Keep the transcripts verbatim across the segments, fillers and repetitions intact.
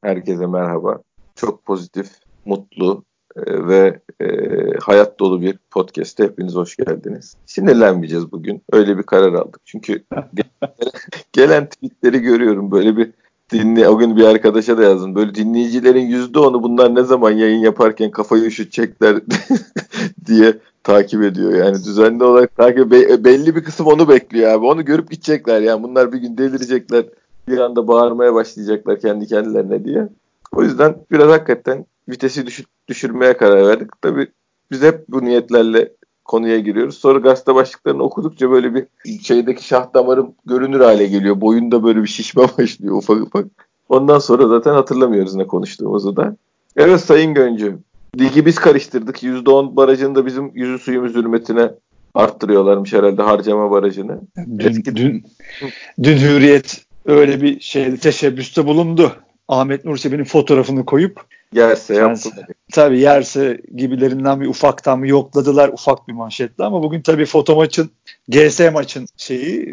Herkese merhaba. Çok pozitif, mutlu e, ve e, hayat dolu bir podcast'te hepiniz hoş geldiniz. Sinirlenmeyeceğiz bugün. Öyle bir karar aldık. Çünkü gelen tweetleri görüyorum. Böyle bir dinle, o gün bir arkadaşa da yazdım. Böyle dinleyicilerin yüzde onu bunlar ne zaman yayın yaparken kafayı üşütecekler diye takip ediyor. Yani düzenli olarak takip be- belli bir kısım onu bekliyor abi. Onu görüp gidecekler yani. Bunlar bir gün delirecekler. Bir anda bağırmaya başlayacaklar kendi kendilerine diye. O yüzden biraz hakikaten vitesi düşür, düşürmeye karar verdik. Tabii biz hep bu niyetlerle konuya giriyoruz. Sonra gazete başlıklarını okudukça böyle bir şeydeki şah damarım görünür hale geliyor. Boyunda böyle bir şişme başlıyor ufak ufak. Ondan sonra zaten hatırlamıyoruz ne konuştuğumuzu da. Evet Sayın Göncü. Ligi biz karıştırdık. yüzde on barajını da bizim yüzü suyumuz hürmetine arttırıyorlarmış herhalde harcama barajını. Dün, Eski... dün, dün Hürriyet öyle bir şeyde teşebbüste bulundu. Ahmet Nur Çebi'nin fotoğrafını koyup yerse yaptı. Tabii yerse gibilerinden bir ufaktan bir yokladılar ufak bir manşetle ama bugün tabii foto maçın G S maçın şeyi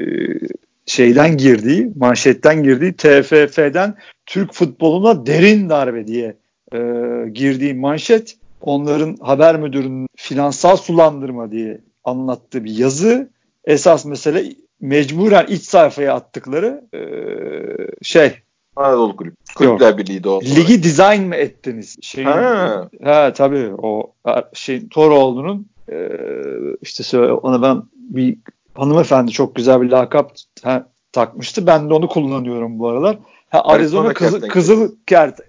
şeyden girdiği manşetten girdiği T F F'den Türk futboluna derin darbe diye e, girdiği manşet onların haber müdürünün finansal sulandırma diye anlattığı bir yazı. Esas mesele mecburen iç sayfaya attıkları e, şey Anadolu Kulüp. Kulüpler Birliği de o. Ligi dizayn mı ettiniz? Şeyin, ha. ha tabii o şey Toroğlu'nun e, işte söyle, ona ben bir hanımefendi çok güzel bir lakap ha, takmıştı. Ben de onu kullanıyorum bu aralar. Ha, Arizona kızı, Kızıl kert,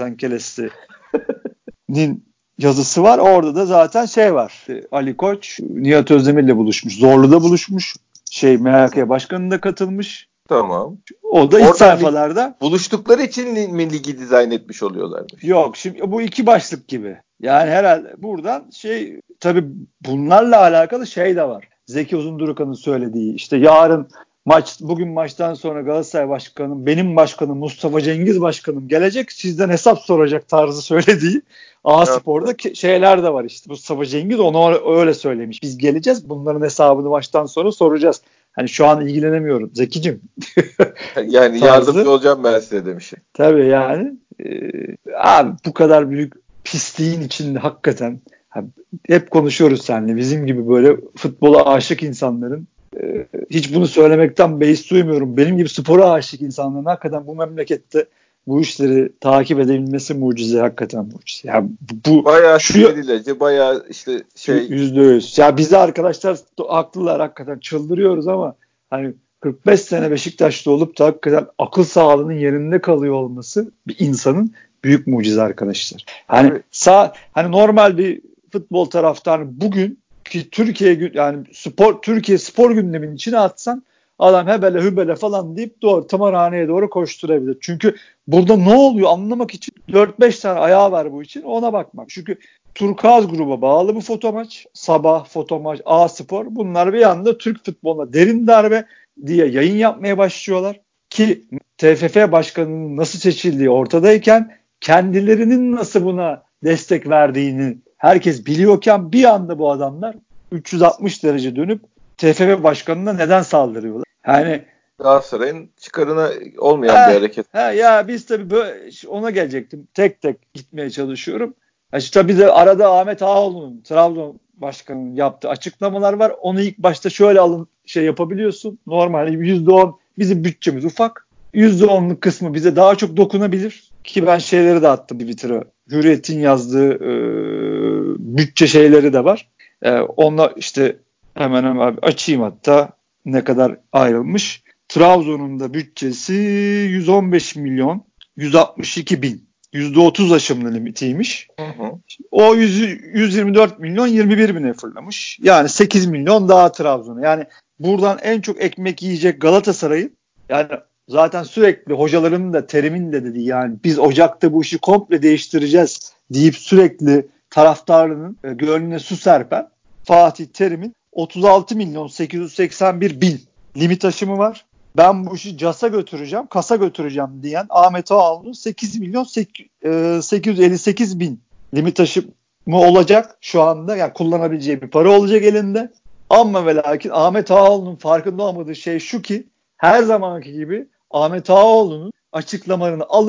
Kertenkelesi'nin yazısı var. Orada da zaten şey var. Ali Koç Nihat Özdemir'le buluşmuş. Zorlu'da buluşmuş. Şey M H K başkanı da katılmış. Tamam. O da iç Oradan sayfalarda. Buluştukları için mi ligi dizayn etmiş oluyorlarmış? Yok şimdi bu iki başlık gibi. Yani herhalde buradan şey tabii bunlarla alakalı şey de var. Zeki Uzundurukan'ın söylediği işte yarın maç bugün maçtan sonra Galatasaray Başkanım benim başkanım Mustafa Cengiz Başkanım gelecek sizden hesap soracak tarzı söylediği A Spor'da evet. şeyler de var işte. Mustafa Cengiz onu öyle söylemiş. Biz geleceğiz bunların hesabını maçtan sonra soracağız. Hani şu an ilgilenemiyorum Zekicim. Yani yardımcı olacağım ben size demişim. Tabii yani. Ee, abi bu kadar büyük pisliğin içinde hakikaten hep konuşuyoruz seninle. Bizim gibi böyle futbola aşık insanların e, hiç bunu söylemekten beis duymuyorum. Benim gibi spora aşık insanların hakikaten bu memlekette bu işleri takip edebilmesi mucize, hakikaten mucize. Yani bu bayağı sinirlice, bayağı işte şey yüzde yüz. Ya bize arkadaşlar haklılar, hakikaten çıldırıyoruz ama hani kırk beş sene Beşiktaş'ta olup da hakikaten akıl sağlığının yerinde kalıyor olması bir insanın büyük mucize arkadaşlar. Hani evet. sağ hani normal bir futbol taraftarı bugün ki Türkiye yani spor Türkiye spor gündeminin içine atsan adam hebele hübele falan deyip doğru tımarhaneye doğru koşturabilir. Çünkü burada ne oluyor anlamak için dört beş tane ayağı var bu için, ona bakmak. Çünkü Turkuaz gruba bağlı bu fotomaç, Sabah, Fotomaç, A Spor, bunlar bir anda Türk futboluna derin darbe diye yayın yapmaya başlıyorlar. Ki T F F başkanının nasıl seçildiği ortadayken kendilerinin nasıl buna destek verdiğini herkes biliyorken bir anda bu adamlar üç yüz altmış derece dönüp T F F başkanına neden saldırıyorlar? Yani Galatasaray'ın çıkarına olmayan he, bir hareket. He, ya biz tabii böyle, ona gelecektim. Tek tek gitmeye çalışıyorum. İşte tabii de arada Ahmet Ağaoğlu'nun Trabzon başkanının yaptığı açıklamalar var. Onu ilk başta şöyle alın şey yapabiliyorsun. Normalde yüzde on bizim bütçemiz ufak. yüzde onluk kısmı bize daha çok dokunabilir. Ki ben şeyleri de attım Twitter'a. Hürriyet'in yazdığı e, bütçe şeyleri de var. E, onunla işte hemen hemen açayım hatta ne kadar ayrılmış. Trabzon'un da bütçesi yüz on beş milyon yüz altmış iki bin. yüzde otuz aşımlı limitiymiş. Hı hı. O yüz, yüz yirmi dört milyon yirmi bir bine fırlamış. Yani sekiz milyon daha Trabzon'a. Yani buradan en çok ekmek yiyecek Galatasaray'ın, yani zaten sürekli hocaların da Terim'in de dediği, yani biz Ocak'ta bu işi komple değiştireceğiz deyip sürekli taraftarının e, gönlüne su serpen Fatih Terim'in otuz altı milyon sekiz yüz seksen bir bin limit aşımı var. Ben bu işi C A S'a götüreceğim, kasa götüreceğim diyen Ahmet Ağaoğlu'nun sekiz milyon sekiz yüz elli sekiz bin limit aşımı olacak şu anda. Yani kullanabileceği bir para olacak elinde. Ama ve lakin Ahmet Ağaoğlu'nun farkında olmadığı şey şu ki her zamanki gibi Ahmet Ağaoğlu'nun açıklamalarını alıp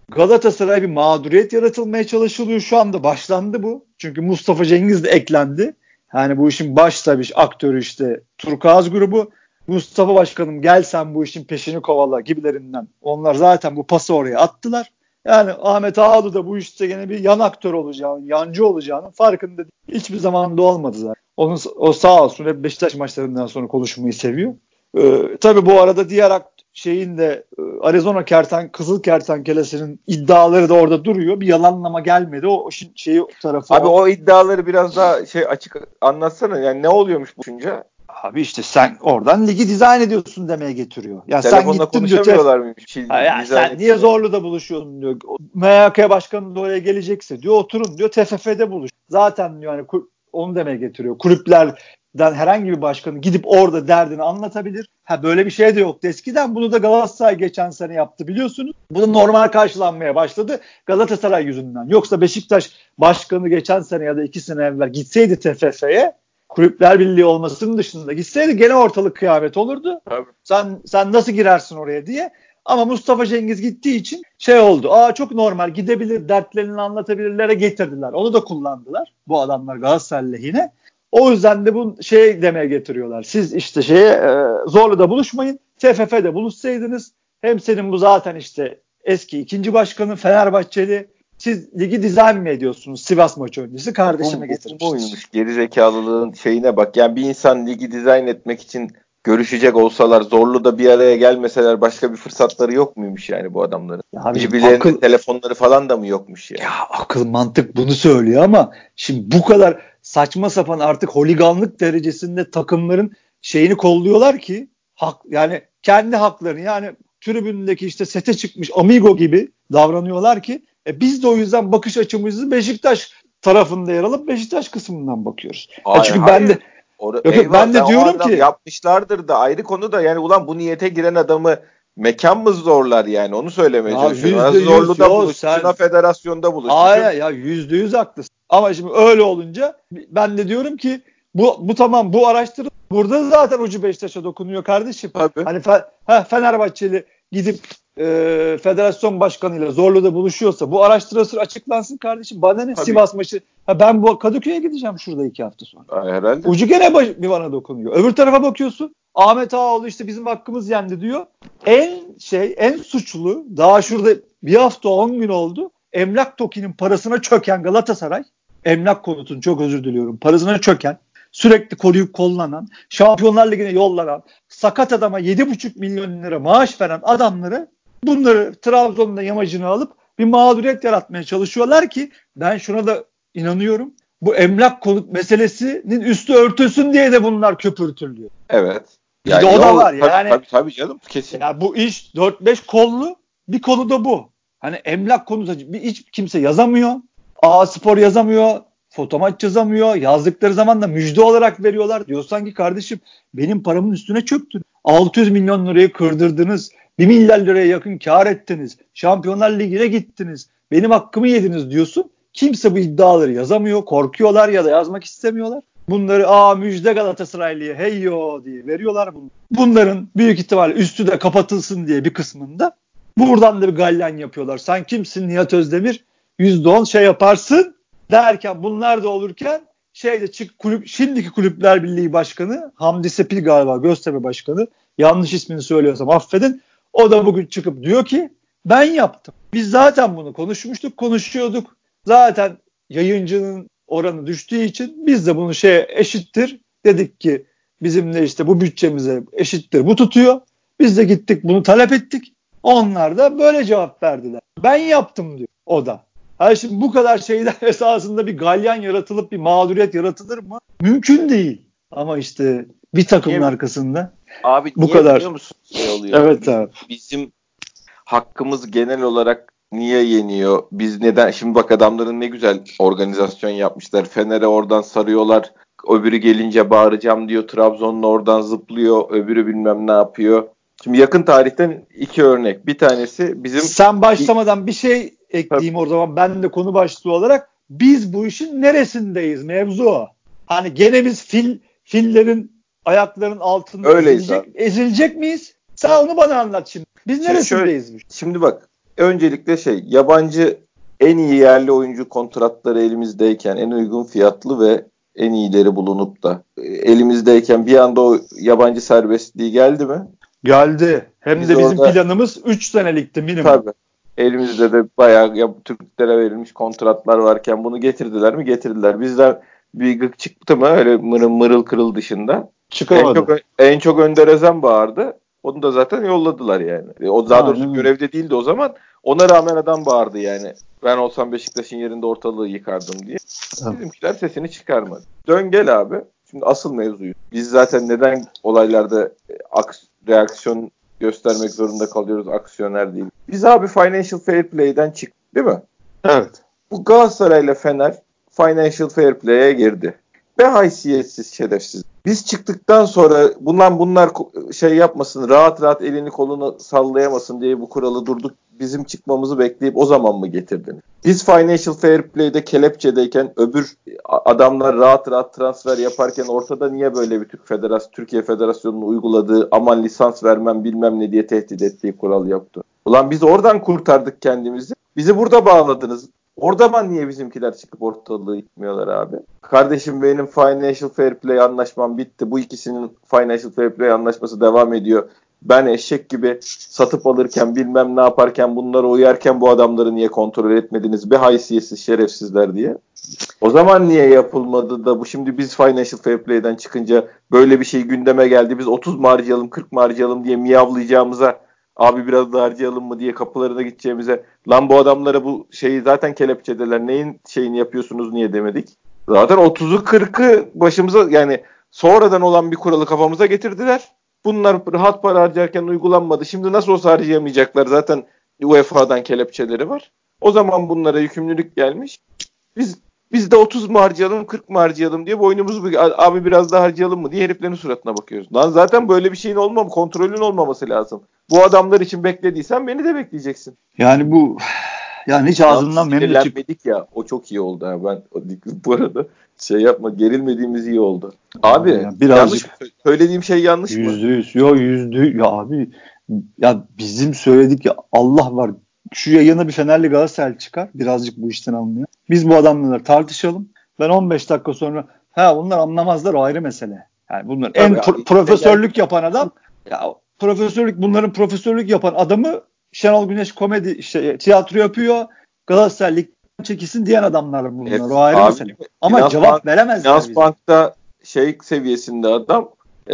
Galatasaray'a bir mağduriyet yaratılmaya çalışılıyor. Şu anda başlandı bu. Çünkü Mustafa Cengiz de eklendi. Yani bu işin baş tabii aktörü işte Turkuaz grubu. Mustafa Başkanım gel sen bu işin peşini kovala gibilerinden. Onlar zaten bu pası oraya attılar. Yani Ahmet Ağaoğlu da bu işte gene bir yan aktör olacağını, yancı olacağının farkında değil. Hiçbir zaman da olmadı zaten. Onun, o sağ olsun hep Beşiktaş maçlarından sonra konuşmayı seviyor. Ee, tabii bu arada diğer akt- şeyin de Arizona kerten Kızıl Kertenkelesi'nin iddiaları da orada duruyor. Bir yalanlama gelmedi. O işin şeyi tarafı Abi o. o iddiaları biraz daha şey açık anlatsana. Yani ne oluyormuş bu düşünce? Abi işte sen oradan ligi dizayn ediyorsun demeye getiriyor. Ya sen Telefonla gittin diyor. Tef- konuşamıyorlar mıymış? Şey, ha ya dizayn sen niye etsinler. Zorlu'da buluşuyorsun diyor. M H K başkanı da oraya gelecekse diyor oturun diyor T F F'de buluş. Zaten diyor hani onu demeye getiriyor. Kulüplerden herhangi bir başkanı gidip orada derdini anlatabilir. Ha böyle bir şey de yoktu eskiden. Bunu da Galatasaray geçen sene yaptı biliyorsunuz. Bu da normal karşılanmaya başladı Galatasaray yüzünden. Yoksa Beşiktaş başkanı geçen sene ya da iki sene evvel gitseydi T F F'ye Kulüpler Birliği olmasının dışında gitseydi gene ortalık kıyamet olurdu. Tabii. Sen sen nasıl girersin oraya diye. Ama Mustafa Cengiz gittiği için şey oldu. Aa çok normal gidebilir, dertlerini anlatabilirlere getirdiler. Onu da kullandılar bu adamlar Galatasaray lehine. O yüzden de bu şey demeye getiriyorlar. Siz işte şeye e, Zorlu'da buluşmayın. T F F'de buluşsaydınız hem senin bu zaten işte eski ikinci başkanı Fenerbahçeli siz ligi dizayn mı ediyorsunuz Sivas maçı öncesi kardeşime Bu, bu, getirmiştir. bu muymuş? Gerizekalılığın şeyine bak. Yani bir insan ligi dizayn etmek için görüşecek olsalar Zorlu'da bir araya gelmeseler başka bir fırsatları yok muymuş yani bu adamların? Ya Birbirlerinin akıl, telefonları falan da mı yokmuş yani? ya akıl mantık bunu söylüyor ama şimdi bu kadar saçma sapan artık holiganlık derecesinde takımların şeyini kolluyorlar ki hak yani kendi haklarını yani tribündeki işte sete çıkmış amigo gibi davranıyorlar ki e biz de o yüzden bakış açımızı Beşiktaş tarafında yer alıp Beşiktaş kısmından bakıyoruz. Ya Hayır, çünkü ben hayır. de Or- yok, yok, Eyvah ben sen de o diyorum adam ki yapmışlardır da ayrı konu da yani ulan bu niyete giren adamı mekan mı zorlar yani onu söylemeye ya çalışıyorum. yüzde Ha, yüz Zorlu'da yo buluşmuşsun ha sen federasyonda buluşmuşsun. hayır ya yüzde yüz haklısın. Ama şimdi öyle olunca ben de diyorum ki bu bu tamam bu araştırın. Burada zaten ucu Beşiktaş'a dokunuyor kardeşim. Tabii. Hani fe, ha, Fenerbahçeli gidip e, federasyon başkanıyla Zorlu'da buluşuyorsa bu araştırılsın açıklansın kardeşim. Bana ne Tabii. Sivas maçı. Ha, ben bu Kadıköy'e gideceğim şurada iki hafta sonra. Ay, herhalde. Ucu gene baş, bir bana dokunuyor. Öbür tarafa bakıyorsun. Ahmet Ağaoğlu işte bizim hakkımız yendi diyor. En şey en suçlu daha şurada bir hafta on gün oldu. Emlak Toki'nin parasına çöken Galatasaray. Emlak konutun çok özür diliyorum. Parasına çöken, sürekli koruyup kollanan, Şampiyonlar Ligi'ne yollanan, sakat adama yedi buçuk milyon lira maaş veren adamları bunları Trabzon'da yamacını alıp bir mağduriyet yaratmaya çalışıyorlar ki ben şuna da inanıyorum. Bu emlak konut meselesinin üstü örtülsün diye de bunlar köpürtülüyor. Evet. Bir de Yani o yol, da var tabii, yani. tabii, tabii canım kesin. Ya bu iş dört beş kollu bir konu da bu. Hani emlak konusu hiç kimse yazamıyor. A Spor yazamıyor. Fotomaç yazamıyor. Yazdıkları zaman da müjde olarak veriyorlar. Diyorsan ki kardeşim benim paramın üstüne çöktün. altı yüz milyon lirayı kırdırdınız. bir milyar liraya yakın kar ettiniz. Şampiyonlar Ligi'ne gittiniz. Benim hakkımı yediniz diyorsun. Kimse bu iddiaları yazamıyor. Korkuyorlar ya da yazmak istemiyorlar. Bunları aa müjde Galatasaraylı'ya hey yo diye veriyorlar. Bunların büyük ihtimalle üstü de kapatılsın diye bir kısmında buradan da bir gallen yapıyorlar. Sen kimsin Nihat Özdemir? yüzde on şey yaparsın derken bunlar da olurken şeyde çık kulüp şimdiki Kulüpler Birliği Başkanı Hamdi Sepil galiba Göztepe Başkanı yanlış ismini söylüyorsam affedin. O da bugün çıkıp diyor ki ben yaptım. Biz zaten bunu konuşmuştuk, konuşuyorduk. Zaten yayıncının oranı düştüğü için biz de bunu şeye eşittir dedik ki bizim de işte bu bütçemize eşittir bu tutuyor. Biz de gittik bunu talep ettik. Onlar da böyle cevap verdiler. Ben yaptım diyor o da. Yani şimdi bu kadar şeyden esasında bir galyan yaratılıp bir mağduriyet yaratılır mı? Mümkün değil. Ama işte bir takımın Niye, arkasında abi bu niye kadar. biliyor musun? Şey oluyor. Evet Bizim, abi. bizim hakkımız genel olarak niye yeniyor? Biz neden? Şimdi bak adamların ne güzel organizasyon yapmışlar. Fener'e oradan sarıyorlar. Öbürü gelince bağıracağım diyor. Trabzon'un oradan zıplıyor. Öbürü bilmem ne yapıyor. Şimdi yakın tarihten iki örnek. Bir tanesi bizim... Sen başlamadan bir şey ekleyeyim o zaman. Ben de konu başlığı olarak biz bu işin neresindeyiz? Mevzu o. Hani gene biz fil, fillerin ayaklarının altında Öyleyiz ezilecek, ezilecek miyiz? Sen onu bana anlat şimdi. Biz Şimdi şöyle, neresindeyiz? şimdi bak öncelikle şey, yabancı en iyi yerli oyuncu kontratları elimizdeyken, en uygun fiyatlı ve en iyileri bulunup da elimizdeyken bir anda o yabancı serbestliği geldi mi? Geldi. Hem Biz de bizim orada, planımız üç senelikti minimum. tabii. Elimizde de bayağı ya, Türklere verilmiş kontratlar varken bunu getirdiler mi? Getirdiler. Bizden bir gık çıktı mı öyle mırıl, mırıl kırıl dışında? Çıkamadı. En çok, en çok Önder Özen bağırdı. Onu da zaten yolladılar yani. O daha doğrusu Aynen. görevde değildi o zaman. Ona rağmen adam bağırdı yani. Ben olsam Beşiktaş'ın yerinde ortalığı yıkardım diye. Bizimkiler sesini çıkarmadı. Dön gel abi. Şimdi asıl mevzuyu. Biz zaten neden olaylarda aks- reaksiyon göstermek zorunda kalıyoruz, aksiyoner değil. Biz abi Financial Fair Play'den çıktık değil mi? Evet. Bu Galatasaray'la Fener Financial Fair Play'e girdi. Be haysiyetsiz, şerefsiz. Biz çıktıktan sonra bunlar bunlar şey yapmasın, rahat rahat elini kolunu sallayamasın diye bu kuralı durduk. Bizim çıkmamızı bekleyip o zaman mı getirdin? Biz Financial Fair Play'de kelepçedeyken öbür adamlar rahat rahat transfer yaparken ortada niye böyle bir Türk Federasyon, Türkiye Federasyonu'nun uyguladığı aman lisans vermem bilmem ne diye tehdit ettiği kural yoktu? Ulan biz oradan kurtardık kendimizi. Bizi burada bağladınız. Orada niye bizimkiler çıkıp ortalığı yıkmıyorlar abi? Kardeşim benim Financial Fair Play anlaşmam bitti. Bu ikisinin Financial Fair Play anlaşması devam ediyor. Ben eşek gibi satıp alırken bilmem ne yaparken bunlara uyarken bu adamları niye kontrol etmediniz? Be haysiyetsiz şerefsizler diye. O zaman niye yapılmadı da bu şimdi biz Financial Fair Play'den çıkınca böyle bir şey gündeme geldi. Biz otuz mu harcayalım kırk mı harcayalım diye miyavlayacağımıza abi biraz da harcayalım mı diye kapılarına gideceğimize lan bu adamlara bu şeyi zaten kelepçedeler neyin şeyini yapıyorsunuz niye demedik. Zaten otuzu kırkı başımıza yani sonradan olan bir kuralı kafamıza getirdiler. Bunlar rahat para harcarken uygulanmadı. Şimdi nasıl olsa harcayamayacaklar. Zaten U E F A'dan kelepçeleri var. O zaman bunlara yükümlülük gelmiş. Biz biz de otuz mu harcayalım kırk mı harcayalım diye boynumuzu abi biraz daha harcayalım mı diye heriflerin suratına bakıyoruz. Lan zaten böyle bir şeyin olmam, kontrolün olmaması lazım. Bu adamlar için beklediysen beni de bekleyeceksin. Yani bu yani hiç ağzından memnun çık. Sinirlenmedik ya. O çok iyi oldu. Ha. Ben bu arada şey yapma gerilmediğimiz iyi oldu. Abi Yani birazcık yanlış mı? Söylediğim şey yanlış mı? Yüzde yüz. Yo yüzde ya abi ya bizim söyledik ya Allah var. Şu yayına bir Fenerli Galatasaray çıkar. Birazcık bu işten anlıyor. Biz bu adamlarla tartışalım. Ben on beş dakika sonra ha bunlar anlamazlar o ayrı mesele. Yani bunlar en Tabii pro- abi, profesörlük işte yapan adam ya profesörlük bunların profesörlük yapan adamı Şenol Güneş komedi işte tiyatro yapıyor. Galatasaray Lig'den çekilsin diyen adamlar bunlar. evet, O ayrı abi, mesele. Ama Finans cevap Bank, veremezler Finans bize. Bank'ta şey seviyesinde adam e,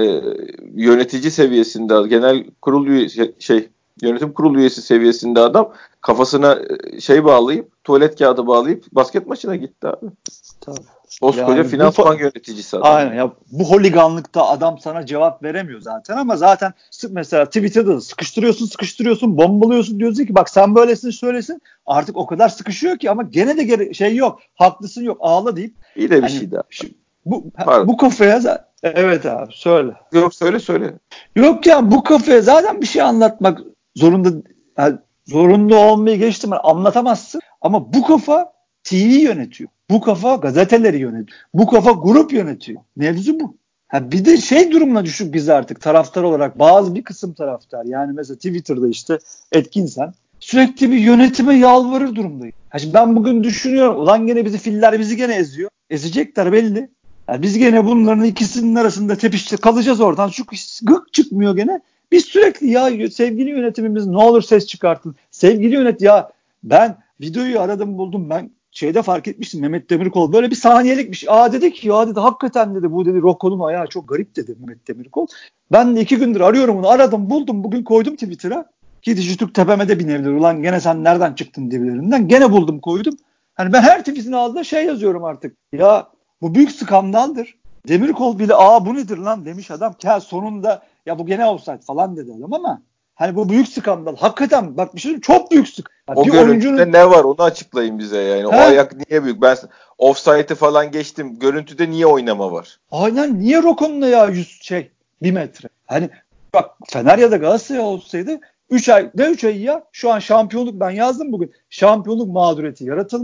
yönetici seviyesinde genel kurul üyesi şey yönetim kurulu üyesi seviyesinde adam kafasına şey bağlayıp tuvalet kağıdı bağlayıp basket maçına gitti abi. Tabii. Koskoca Yani Finans bu, Bank yöneticisi adam. aynen ya bu holiganlıkta adam sana cevap veremiyor zaten ama zaten mesela Twitter'da da sıkıştırıyorsun sıkıştırıyorsun bombalıyorsun diyorsun ki bak sen böylesin söylesin artık o kadar sıkışıyor ki ama gene de gere- şey yok haklısın yok ağla deyip İyi de bir hani şey daha. şu, bu Pardon. bu kafaya zaten evet abi söyle. Yok söyle söyle. Yok ya bu kafaya zaten bir şey anlatmak zorunda yani zorunda olmayı geçtim anlatamazsın ama bu kafa T V yönetiyor. Bu kafa gazeteleri yönetiyor. Bu kafa grup yönetiyor. Mevzu bu. Ha bir de şey durumuna düşük biz artık taraftar olarak bazı bir kısım taraftar yani mesela Twitter'da işte etkinsen sürekli bir yönetime yalvarır durumdayım. Ha şimdi ben bugün düşünüyorum ulan gene bizi filler bizi gene eziyor. Ezecekler belli. Yani biz gene bunların ikisinin arasında tepişte kalacağız oradan. Şu gık çıkmıyor gene. Biz sürekli ya sevgili yönetimimiz ne olur ses çıkartın. Sevgili yönet ya ben videoyu aradım buldum ben şeyde fark etmiştim Mehmet Demirkol böyle bir saniyelik bir şey. Aa dedi ki ya dedi hakikaten dedi bu dedi Rocco'nun ayağı çok garip dedi Mehmet Demirkol. Ben de iki gündür arıyorum onu aradım buldum bugün koydum Twitter'a. Ki Dijitürk tepeme de binebilir. Ulan gene sen nereden çıktın dibilerinden. Gene buldum koydum. Hani ben her tweetin altında şey yazıyorum artık. Ya bu büyük skandaldır. Demirkol bile aa bu nedir lan demiş adam. Ki sonunda ya bu gene offside falan dedi adam ama hani bu büyük skandal. Hakikaten bak bir şey çok büyük skandal. O Bir görüntüde oyuncunun ne var onu açıklayın bize yani. O he? ayak niye büyük? Ben offside'ı falan geçtim. Görüntüde niye oynama var? Aynen niye Rokon'la ya yüz şey bir metre. Hani bak Fener ya da Galatasaray olsaydı üç ay ne üç ay ya şu an şampiyonluk ben yazdım bugün. Şampiyonluk mağduriyeti yaratılmış.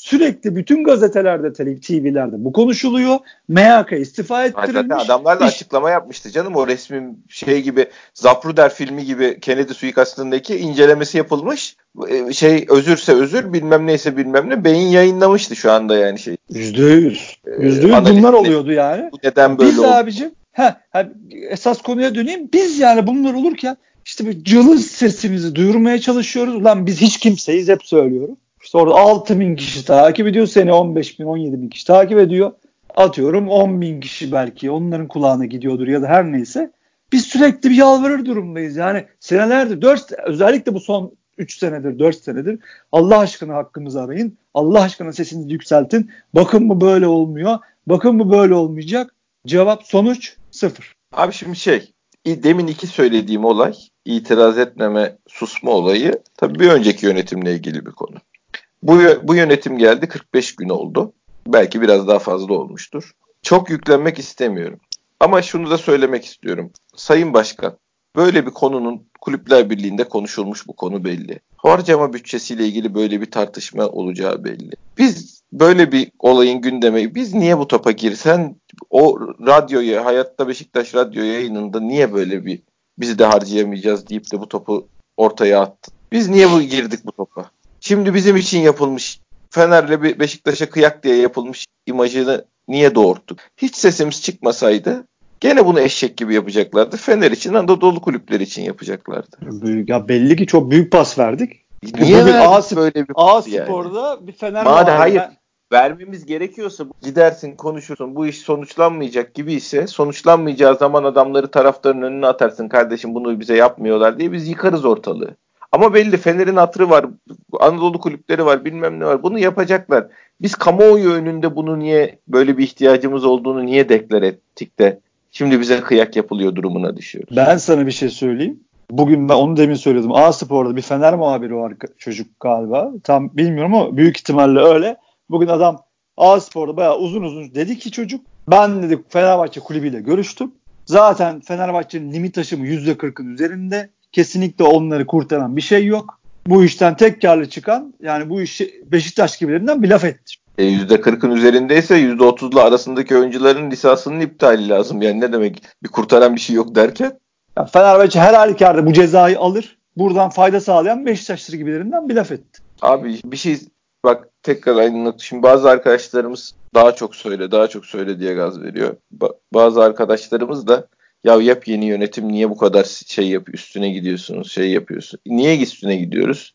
Sürekli bütün gazetelerde, T V'lerde bu konuşuluyor. M H K istifa ettirilmiş. Zaten adamlar da İş... açıklama yapmıştı canım. O resmin şey gibi, Zapruder filmi gibi Kennedy suikastındaki incelemesi yapılmış. Şey, özürse özür, bilmem neyse bilmem ne, beyin yayınlamıştı şu anda yani şey. Yüzde yüz. Yüzde yüz bunlar oluyordu yani. Bu neden böyle Biz oldu? abicim, he, he, esas konuya döneyim. Biz yani bunlar olurken işte bir cılız sesimizi duyurmaya çalışıyoruz. Ulan biz hiç kimseyiz, hep söylüyorum. İşte orada altı bin kişi takip ediyor seni, on beş bin on yedi bin kişi takip ediyor. Atıyorum on bin kişi belki onların kulağına gidiyordur ya da her neyse. Biz sürekli bir yalvarır durumdayız. Yani senelerdir, dört, özellikle bu son üç senedir, dört senedir Allah aşkına hakkımızı arayın. Allah aşkına sesinizi yükseltin. Bakın bu böyle olmuyor. Bakın bu böyle olmayacak. Cevap, sonuç sıfır. Abi şimdi şey, demin iki söylediğim olay, itiraz etmeme, susma olayı tabii bir önceki yönetimle ilgili bir konu. Bu, bu yönetim geldi, kırk beş gün oldu. Belki biraz daha fazla olmuştur. Çok yüklenmek istemiyorum. Ama şunu da söylemek istiyorum. Sayın Başkan, böyle bir konunun Kulüpler Birliği'nde konuşulmuş, bu konu belli. Harcama bütçesiyle ilgili böyle bir tartışma olacağı belli. Biz böyle bir olayın gündeme, biz niye bu topa girsen, o radyoya, Hayatta Beşiktaş radyo yayınında niye böyle bir biz de harcayamayacağız deyip de bu topu ortaya attın? Biz niye bu girdik bu topa? Şimdi bizim için yapılmış, Fener'le Beşiktaş'a kıyak diye yapılmış imajını niye doğurttuk? Hiç sesimiz çıkmasaydı gene bunu eşek gibi yapacaklardı. Fener için, Anadolu kulüpleri için yapacaklardı. Ya belli ki çok büyük pas verdik. Niye verdik böyle bir pas yani? A-Spor'da bir Fener Madem hayır ben... vermemiz gerekiyorsa gidersin, konuşursun, bu iş sonuçlanmayacak gibi ise sonuçlanmayacağı zaman adamları taraftarın önüne atarsın, kardeşim bunu bize yapmıyorlar diye biz yıkarız ortalığı. Ama belli, Fener'in hatırı var, Anadolu kulüpleri var, bilmem ne var, bunu yapacaklar. Biz kamuoyu önünde bunu niye, böyle bir ihtiyacımız olduğunu niye deklar ettik de şimdi bize kıyak yapılıyor durumuna düşüyoruz. Ben sana bir şey söyleyeyim. Bugün ben onu demin söyledim. A-Spor'da bir Fener muhabiri var çocuk galiba. Tam bilmiyorum ama büyük ihtimalle öyle. Bugün adam A-Spor'da bayağı uzun uzun dedi ki çocuk, ben dedi Fenerbahçe kulübüyle görüştüm. Zaten Fenerbahçe'nin limit taşımı yüzde kırkın üzerinde. Kesinlikle onları kurtaran bir şey yok. Bu işten tek karlı çıkan, yani bu işi Beşiktaş gibilerinden bir laf etti. E yüzde kırkın üzerindeyse yüzde otuzla arasındaki oyuncuların lisansının iptali lazım. Yani ne demek bir kurtaran bir şey yok derken? Ya Fenerbahçe her halükarda bu cezayı alır. Buradan fayda sağlayan Beşiktaşları gibilerinden bir laf etti. Abi bir şey bak, tekrar aynı. Şimdi bazı arkadaşlarımız daha çok söyle daha çok söyle diye gaz veriyor. Ba- bazı arkadaşlarımız da ya yepyeni yönetim niye bu kadar şey yapıyor, üstüne gidiyorsunuz, şey yapıyorsun. Niye üstüne gidiyoruz?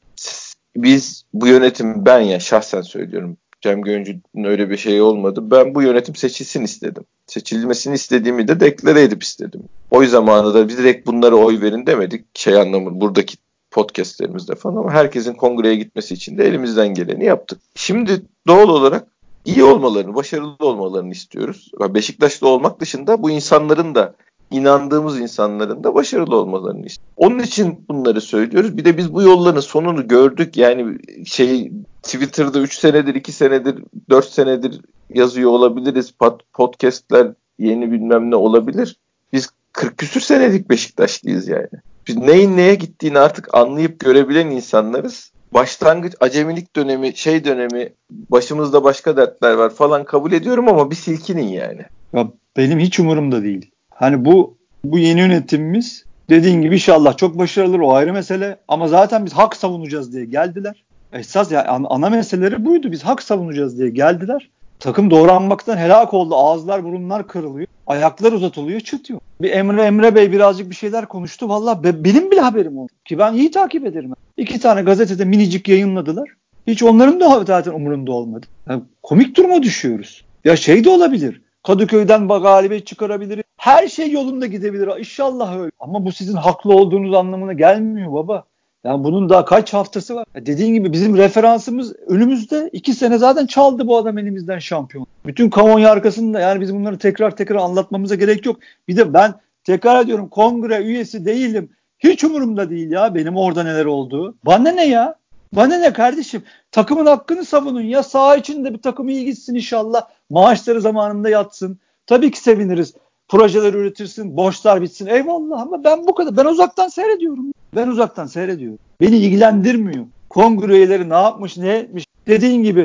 Biz bu yönetim, ben ya şahsen söylüyorum, Cem Gönülcü'nün öyle bir şey olmadı. Ben bu yönetim seçilsin istedim. Seçilmesini istediğimi de deklare edip istedim. Oy zamanı da biz direkt bunlara oy verin demedik. Şey anlamı buradaki podcastlerimizde falan, ama herkesin kongreye gitmesi için de elimizden geleni yaptık. Şimdi doğal olarak iyi olmalarını, başarılı olmalarını istiyoruz. Beşiktaşlı olmak dışında bu insanların da, inandığımız insanların da başarılı olmalarını istiyoruz. Onun için bunları söylüyoruz. Bir de biz bu yolların sonunu gördük. Yani şey, Twitter'da üç senedir, iki senedir, dört senedir yazıyor olabiliriz. Podcast'ler yeni bilmem ne olabilir. Biz kırk küsür senelik Beşiktaşlıyız yani. Biz neyin neye gittiğini artık anlayıp görebilen insanlarız. Başlangıç, acemilik dönemi, şey dönemi, başımızda başka dertler var falan kabul ediyorum ama bir silkinin yani. Ya benim hiç umurumda değil. Hani bu bu yeni yönetimimiz dediğin gibi inşallah çok başarılıdır, o ayrı mesele. Ama zaten biz hak savunacağız diye geldiler. Esas yani ana, ana meseleleri buydu. Biz hak savunacağız diye geldiler. Takım doğranmaktan helak oldu. Ağızlar, burunlar kırılıyor. Ayaklar uzatılıyor, çıtıyor. Bir Emre Emre Bey birazcık bir şeyler konuştu. Valla be, benim bile haberim oldu. Ki ben iyi takip ederim. İki tane gazetede minicik yayınladılar. Hiç onların da zaten umurunda olmadı. Yani komik duruma düşüyoruz. Ya şey de olabilir. Kadıköy'den galibiyet çıkarabilir. Her şey yolunda gidebilir. İnşallah öyle. Ama bu sizin haklı olduğunuz anlamına gelmiyor baba. Yani bunun daha kaç haftası var? Ya dediğin gibi bizim referansımız önümüzde. iki sene zaten çaldı bu adam elimizden şampiyon. Bütün kamuoyu arkasında, yani biz bunları tekrar tekrar anlatmamıza gerek yok. Bir de ben tekrar ediyorum, kongre üyesi değilim. Hiç umurumda değil ya benim orada neler olduğu. Bana ne ya? Bana ne kardeşim? Takımın hakkını savunun ya. Saha içinde bir takım iyi gitsin inşallah. Maaşları zamanında yatsın. Tabii ki seviniriz. Projeler üretirsin, borçlar bitsin. Eyvallah, ama ben bu kadar. Ben uzaktan seyrediyorum. Ben uzaktan seyrediyorum. Beni ilgilendirmiyor. Kongre üyeleri ne yapmış, ne etmiş. Dediğin gibi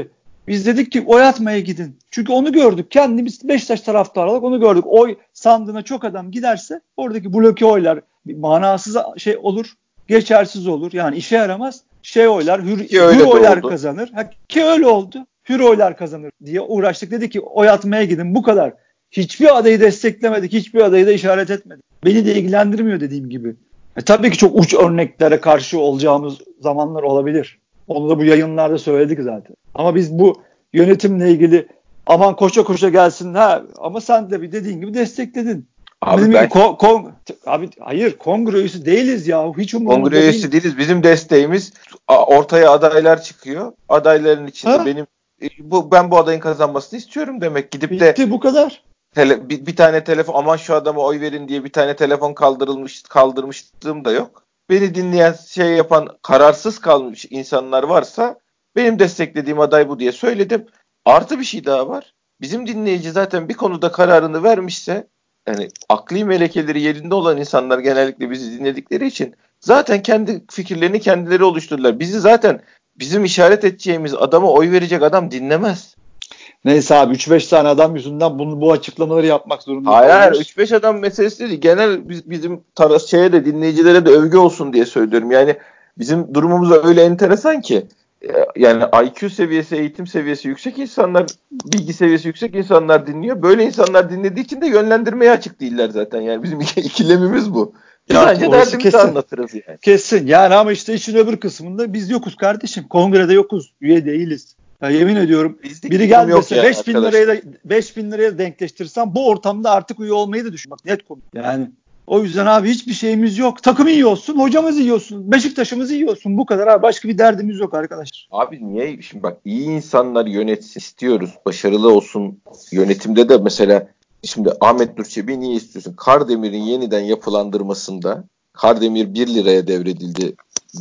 Biz dedik ki oy atmaya gidin. Çünkü onu gördük. Kendimiz Beşiktaş taraftarı olarak onu gördük. Oy sandığına çok adam giderse oradaki bloke oylar bir manasız şey olur. Geçersiz olur. Yani işe yaramaz. Şey oylar, hür, hür oylar oldu. Kazanır. Ha, ki öyle oldu. Hür oylar kazanır diye uğraştık. Dedi ki oy atmaya gidin. Bu kadar. Hiçbir adayı desteklemedik. Hiçbir adayı da işaret etmedik. Beni de ilgilendirmiyor dediğim gibi. E, tabii ki çok uç örneklere karşı olacağımız zamanlar olabilir. Onu da bu yayınlarda söyledik zaten. Ama biz bu yönetimle ilgili aman koşa koşa gelsin ha ama sen de bir dediğin gibi destekledin. Abi, ben... kon, kon, abi hayır kongre üyesi değiliz ya. Hiç kongre üyesi değiliz. Bizim desteğimiz ortaya adaylar çıkıyor. Adayların içinde ha? benim bu ben bu adayın kazanmasını istiyorum demek. Gidip Bitti, de bu kadar. Tele, bir, bir tane telefon aman şu adama oy verin diye bir tane telefon kaldırılmış kaldırmışlığım da yok. Beni dinleyen şey yapan kararsız kalmış insanlar varsa benim desteklediğim aday bu diye söyledim. Artı bir şey daha var. Bizim dinleyici zaten bir konuda kararını vermişse yani akli melekeleri yerinde olan insanlar genellikle bizi dinledikleri için zaten kendi fikirlerini kendileri oluştururlar. Bizi zaten bizim işaret edeceğimiz adama oy verecek adam dinlemez. Neyse abi üç beş tane adam yüzünden bunu bu açıklamaları yapmak zorunda Hayır hayır üç beş adam meselesi değil. Genel biz, bizim taras şeye de dinleyicilere de övgü olsun diye söylüyorum. Yani bizim durumumuz öyle enteresan ki yani I Q seviyesi, eğitim seviyesi yüksek insanlar, bilgi seviyesi yüksek insanlar dinliyor. Böyle insanlar dinlediği için de yönlendirmeye açık değiller zaten. Yani bizim ikilemimiz bu. Biz ya, bence derdimizi kesin anlatırız yani. Kesin. Yani ama işte işin öbür kısmında biz yokuz kardeşim. Kongrede yokuz. Üye değiliz. Ya yemin ediyorum bizlik biri gel dese yani beş bin liraya da beş bin liraya denkleştirsem bu ortamda artık üye olmayı da düşün. Bak net konu. Yani o yüzden abi hiçbir şeyimiz yok. Takım iyi olsun, hocamız iyi olsun, Beşiktaş'ımız iyi olsun. Bu kadar abi. Başka bir derdimiz yok arkadaşlar. Abi niye? Şimdi bak iyi insanlar yönetsin istiyoruz. Başarılı olsun. Yönetimde de mesela şimdi Ahmet Nur Çebi'yi niye istiyorsun? Kardemir'in yeniden yapılandırmasında Kardemir bir liraya devredildi.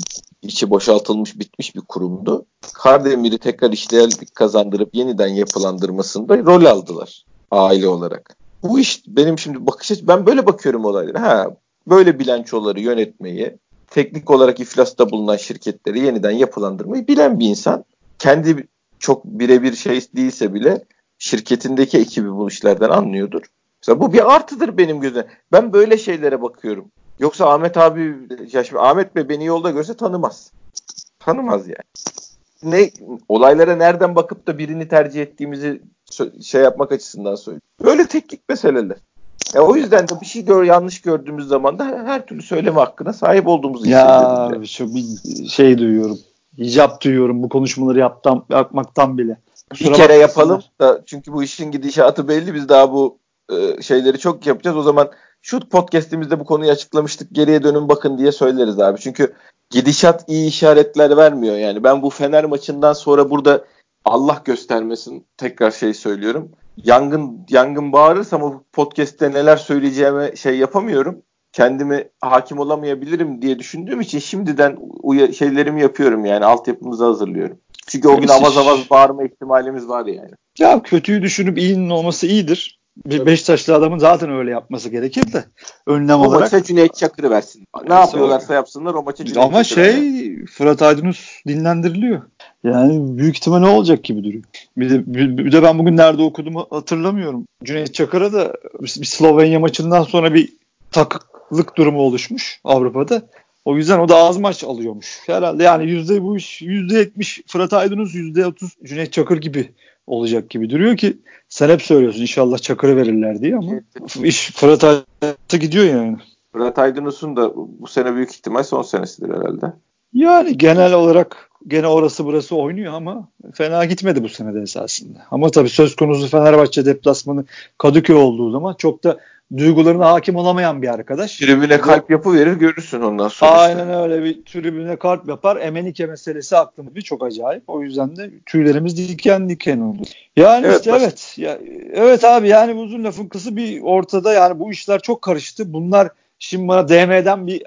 İçi boşaltılmış bitmiş bir kurumdu. Kardemir'i tekrar işlevlik kazandırıp yeniden yapılandırmasında rol aldılar aile olarak. Bu iş benim şimdi bakış açım, ben böyle bakıyorum olaylara. Ha, böyle bilançoları yönetmeyi, teknik olarak iflasta bulunan şirketleri yeniden yapılandırmayı bilen bir insan. Kendi çok birebir şey değilse bile şirketindeki ekibi bu işlerden anlıyordur. Mesela bu bir artıdır benim gözümde. Ben böyle şeylere bakıyorum. Yoksa Ahmet abi, ya şimdi Ahmet Bey beni yolda görse tanımaz. Tanımaz yani. Ne olaylara nereden bakıp da birini tercih ettiğimizi şey yapmak açısından söylüyorum. Böyle teknik meseleler. Ya o yüzden de bir şey gör, yanlış gördüğümüz zaman da her türlü söyleme hakkına sahip olduğumuzu hissediyoruz. Ya yani. Şu bir şey duyuyorum. İcap duyuyorum bu konuşmaları yaptam, yapmaktan bile. Kusura bir kere yapalım da çünkü bu işin gidişatı belli. Biz daha bu e, şeyleri çok yapacağız. O zaman şu podcast'imizde bu konuyu açıklamıştık. Geriye dönün bakın diye söyleriz abi. Çünkü gidişat iyi işaretler vermiyor. Yani ben bu Fener maçından sonra burada Allah göstermesin tekrar şey söylüyorum. Yangın yangın bağırırsam o podcast'te neler söyleyeceğime şey yapamıyorum. Kendimi hakim olamayabilirim diye düşündüğüm için şimdiden uya- şeylerimi yapıyorum yani altyapımızı hazırlıyorum. Çünkü o gün avaz avaz bağırma ihtimalimiz var yani. Ya kötüyü düşünüp iyinin olması iyidir. Bir Beşiktaşlı adamın zaten öyle yapması gerekir de önlem o olarak. O maça Cüneyt Çakır'ı versin. Ne yapıyorlarsa yapsınlar o maça Cüneyt Ama Çakır'ı şey versin. Fırat Aydınus dinlendiriliyor. Yani büyük ihtimal ne olacak gibi duruyor. Bir de, bir, bir de ben bugün nerede okuduğumu hatırlamıyorum. Cüneyt Çakır'a da bir Slovenya maçından sonra bir takıklık durumu oluşmuş Avrupa'da. O yüzden o da az maç alıyormuş. Herhalde yani yüzde bu iş yüzde yetmiş Fırat Aydınus, yüzde otuz Cüneyt Çakır gibi olacak gibi duruyor ki sen hep söylüyorsun inşallah Çakır'ı verirler diye ama evet. İş Fırat Aydınus'a gidiyor yani. Fırat Aydınus'un da bu sene büyük ihtimal son senesidir herhalde. Yani genel olarak gene orası burası oynuyor ama fena gitmedi bu senede esasında. Ama tabii söz konusu Fenerbahçe deplasmanı Kadıköy olduğu zaman çok da duygularına hakim olamayan bir arkadaş. Tribüne kalp yapı verir görürsün ondan sonra. Aynen işte. Öyle bir tribüne kalp yapar. Emenike meselesi aklımda bir çok acayip. O yüzden de tüylerimiz diken diken oldu. Yani evet, işte baş... evet. Ya, evet abi yani uzun lafın kısı bir ortada yani bu işler çok karıştı. Bunlar şimdi bana D M'den bir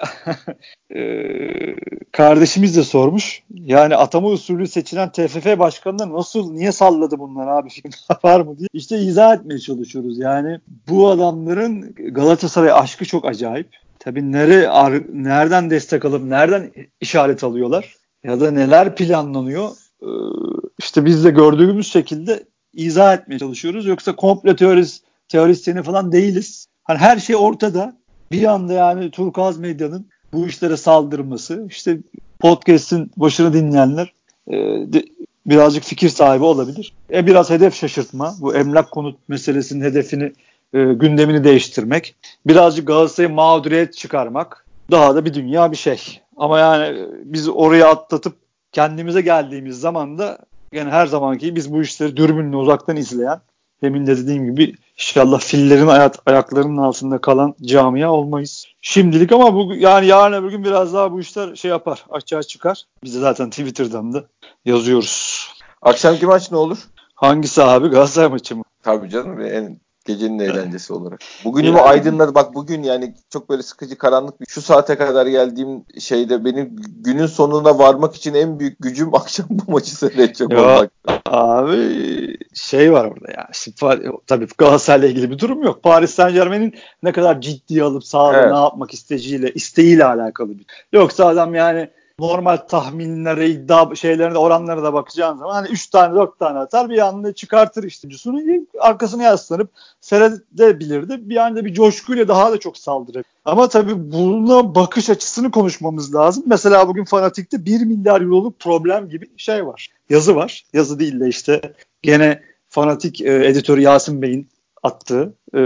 e, kardeşimiz de sormuş. Yani atama usulü seçilen T F F başkanına nasıl, niye salladı bunlar abi var mı diye. İşte izah etmeye çalışıyoruz. Yani bu adamların Galatasaray aşkı çok acayip. Tabii nere, nereden destek alıp nereden işaret alıyorlar ya da neler planlanıyor Ee, işte biz de gördüğümüz şekilde izah etmeye çalışıyoruz. Yoksa komplo teorisi, teorisyeni falan değiliz. Hani her şey ortada. Bir anda yani Turkuaz Medya'nın bu işlere saldırması, işte podcast'in başını dinleyenler e, de, birazcık fikir sahibi olabilir. E, biraz hedef şaşırtma. Bu emlak konut meselesinin hedefini, e, gündemini değiştirmek. Birazcık Galatasaray'a mağduriyet çıkarmak. Daha da bir dünya bir şey. Ama yani biz oraya atlatıp kendimize geldiğimiz zaman da yani her zamanki biz bu işleri dürbünle uzaktan izleyen, demin de dediğim gibi inşallah fillerin ayak, ayaklarının altında kalan camia olmayız. Şimdilik ama bu yani yarın öbür gün biraz daha bu işler şey yapar, açığa çıkar. Biz de zaten Twitter'dan da yazıyoruz. Akşamki maç ne olur? Hangisi abi? Galatasaray maçı mı? Tabii canım, en gecenin eğlencesi olarak. Bugünümü Yani. aydınladı. Bak bugün yani çok böyle sıkıcı, karanlık bir, şu saate kadar geldiğim şeyde benim günün sonuna varmak için en büyük gücüm akşam bu maçı seyredecek olmak. Abi şey var orada ya. Yani. Tabii Galatasaray'la ilgili bir durum yok. Paris Saint-Germain'in ne kadar ciddiye alıp sahada evet. ne yapmak isteyeceğiyle, isteğiyle alakalı bir. Yoksa adam yani normal tahminlere, iddia şeylerine, oranlara da bakacağın zaman hani üç tane dört tane atar, bir anda çıkartır işte. Arkasına yaslanıp seyredebilirdi. Bir anda bir coşkuyla daha da çok saldırır. Ama tabii buna bakış açısını konuşmamız lazım. Mesela bugün Fanatik'te bir milyar euroluk problem gibi şey var. Yazı var. Yazı değil de işte gene Fanatik e, editörü Yasin Bey'in attığı e,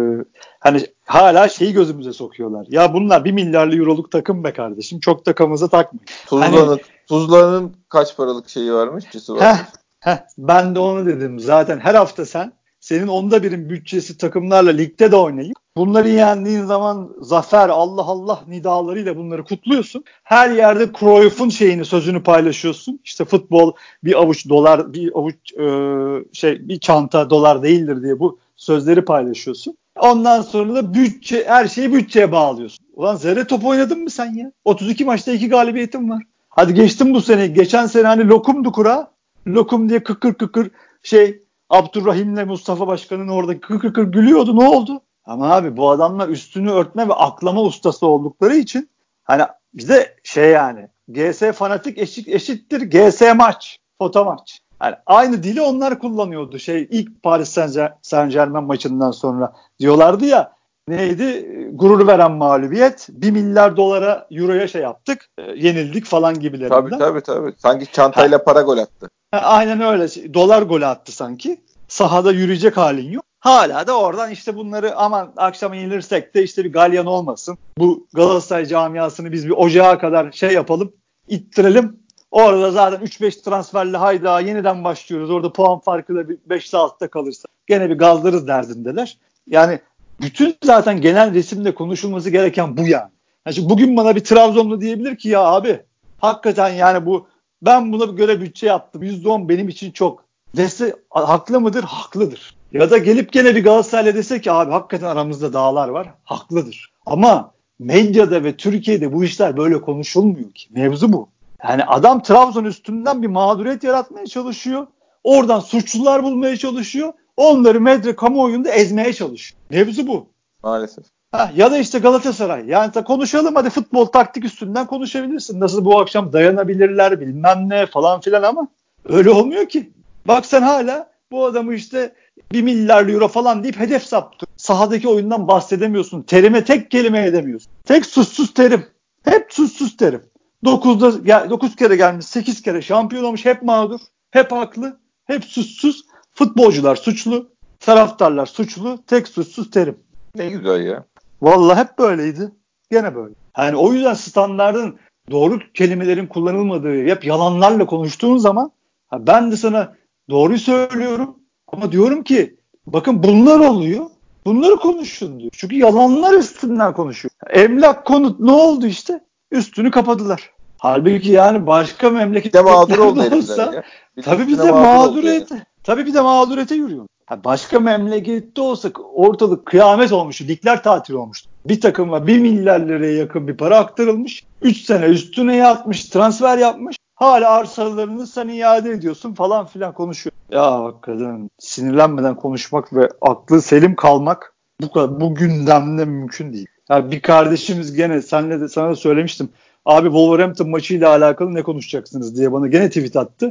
hani hala şeyi gözümüze sokuyorlar. Ya bunlar bir milyarlı euroluk takım be kardeşim. Çok da kafanıza takmayın. Tuzla'nın, hani, Tuzla'nın kaç paralık şeyi varmış? Cisi varmış. Heh, heh, ben de onu dedim. Zaten her hafta sen senin onda birin bütçesi takımlarla ligde de oynayıp bunları yendiğin zaman zafer, Allah Allah nidalarıyla bunları kutluyorsun. Her yerde Cruyff'un şeyini, sözünü paylaşıyorsun. İşte futbol bir avuç dolar, bir avuç e, şey bir çanta dolar değildir diye bu sözleri paylaşıyorsun. Ondan sonra da bütçe, her şeyi bütçeye bağlıyorsun. Ulan zerre top oynadın mı sen ya? otuz iki maçta iki galibiyetin var. Hadi geçtim bu sene. Geçen sene hani lokumdu kura. Lokum diye kıkır kıkır şey Abdurrahim'le Mustafa Başkan'ın orada kıkır kıkır gülüyordu. Ne oldu? Ama abi bu adamlar üstünü örtme ve aklama ustası oldukları için hani bize şey yani G S Fanatik eşit, eşittir G S maç. Foto maç. Yani aynı dili onlar kullanıyordu. Şey ilk Paris Saint-Germain maçından sonra diyorlardı ya, neydi? Gurur veren mağlubiyet. Bir milyar dolara, euroya şey yaptık. E, yenildik falan gibilerinden. Tabii tabii tabii. Sanki çantayla ha. para gol attı. Ha, aynen öyle. Dolar golü attı sanki. Sahada yürüyecek halin yok. Hala da oradan işte bunları aman akşam yenilirsek de işte bir galyan olmasın. Bu Galatasaray camiasını biz bir ocağa kadar şey yapalım, ittirelim. Orada zaten üç beş transferle hayda yeniden başlıyoruz. Orada puan farkı da bir beşte altıda kalırsa gene bir gazlarız derdindeler. Yani bütün zaten genel resimde konuşulması gereken bu yani. Yani bugün bana bir Trabzonlu diyebilir ki ya abi hakikaten yani bu ben buna göre bütçe yaptım. yüzde on benim için çok. Dese haklı mıdır? Haklıdır. Ya da gelip gene bir Galatasaray'la dese ki abi hakikaten aramızda dağlar var. Haklıdır. Ama medyada ve Türkiye'de bu işler böyle konuşulmuyor ki. Mevzu bu. Yani adam Trabzon üstünden bir mağduriyet yaratmaya çalışıyor. Oradan suçlular bulmaya çalışıyor. Onları medya kamuoyunda ezmeye çalışıyor. Mevzu bu. Maalesef. Ha, ya da işte Galatasaray. Yani konuşalım hadi futbol taktik üstünden konuşabilirsin. Nasıl bu akşam dayanabilirler bilmem ne falan filan ama öyle olmuyor ki. Bak sen hala bu adamı işte bir milyar euro falan deyip hedef saptın. Sahadaki oyundan bahsedemiyorsun. Terime tek kelime edemiyorsun. Tek suçsuz Terim. Hep suçsuz Terim. dokuzda dokuz kere gelmiş, sekiz kere şampiyon olmuş. Hep mağdur, hep haklı, hep suçsuz. Futbolcular suçlu, taraftarlar suçlu. Tek suçsuz Terim. Ne güzel ya. Vallahi hep böyleydi. Gene böyle. Yani o yüzden standardın doğru kelimelerin kullanılmadığı, hep yalanlarla konuştuğun zaman ben de sana doğruyu söylüyorum ama diyorum ki bakın bunlar oluyor. Bunları konuşun diyor. Çünkü yalanlar üstünden konuşuyor. Emlak konut ne oldu işte? Üstünü kapadılar. Halbuki yani başka memlekette mağdur oldu olsa tabii bir de mağduriyete. Tabii bir de mağduriyete yürüyor. Ha, başka memlekette olsa ortalık kıyamet olmuş. Ligler tatil olmuştu. Bir takıma bir milyar liraya yakın bir para aktarılmış. üç sene üstüne yatmış, transfer yapmış. Hala arsalarını sen iade ediyorsun falan filan konuşuyor. Ya hakikaten sinirlenmeden konuşmak ve aklı selim kalmak bu kadar bu gündemde mümkün değil. Yani bir kardeşimiz gene senle de sana da söylemiştim. Abi Wolverhampton maçıyla alakalı ne konuşacaksınız diye bana gene tweet attı.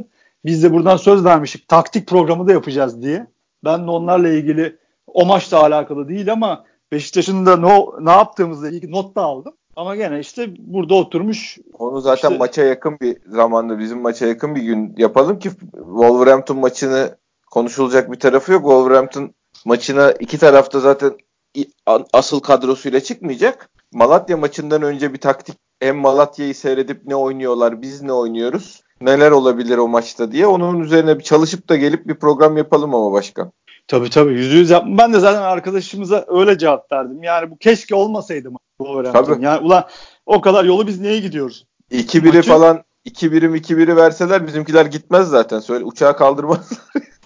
Biz de buradan söz vermiştik. Taktik programı da yapacağız diye. Ben de onlarla ilgili o maçla alakalı değil ama Beşiktaş'ın da no, ne yaptığımızla ilgili not da aldım. Ama gene işte burada oturmuş. Onu zaten işte, maça yakın bir zamanda, bizim maça yakın bir gün yapalım ki Wolverhampton maçını konuşulacak bir tarafı yok. Wolverhampton maçına iki tarafta zaten asıl kadrosuyla çıkmayacak. Malatya maçından önce bir taktik, hem Malatya'yı seyredip ne oynuyorlar, biz ne oynuyoruz, neler olabilir o maçta diye onun üzerine bir çalışıp da gelip bir program yapalım ama başkan. Tabii tabii yüzde yüz yapma. Ben de zaten arkadaşımıza öyle cevap verdim. Yani bu keşke olmasaydı Wolverhampton. Yani ulan o kadar yolu biz niye gidiyoruz? iki biri Maçı... falan iki birim iki biri verseler bizimkiler gitmez zaten. Söyle uçağı kaldırmazlar.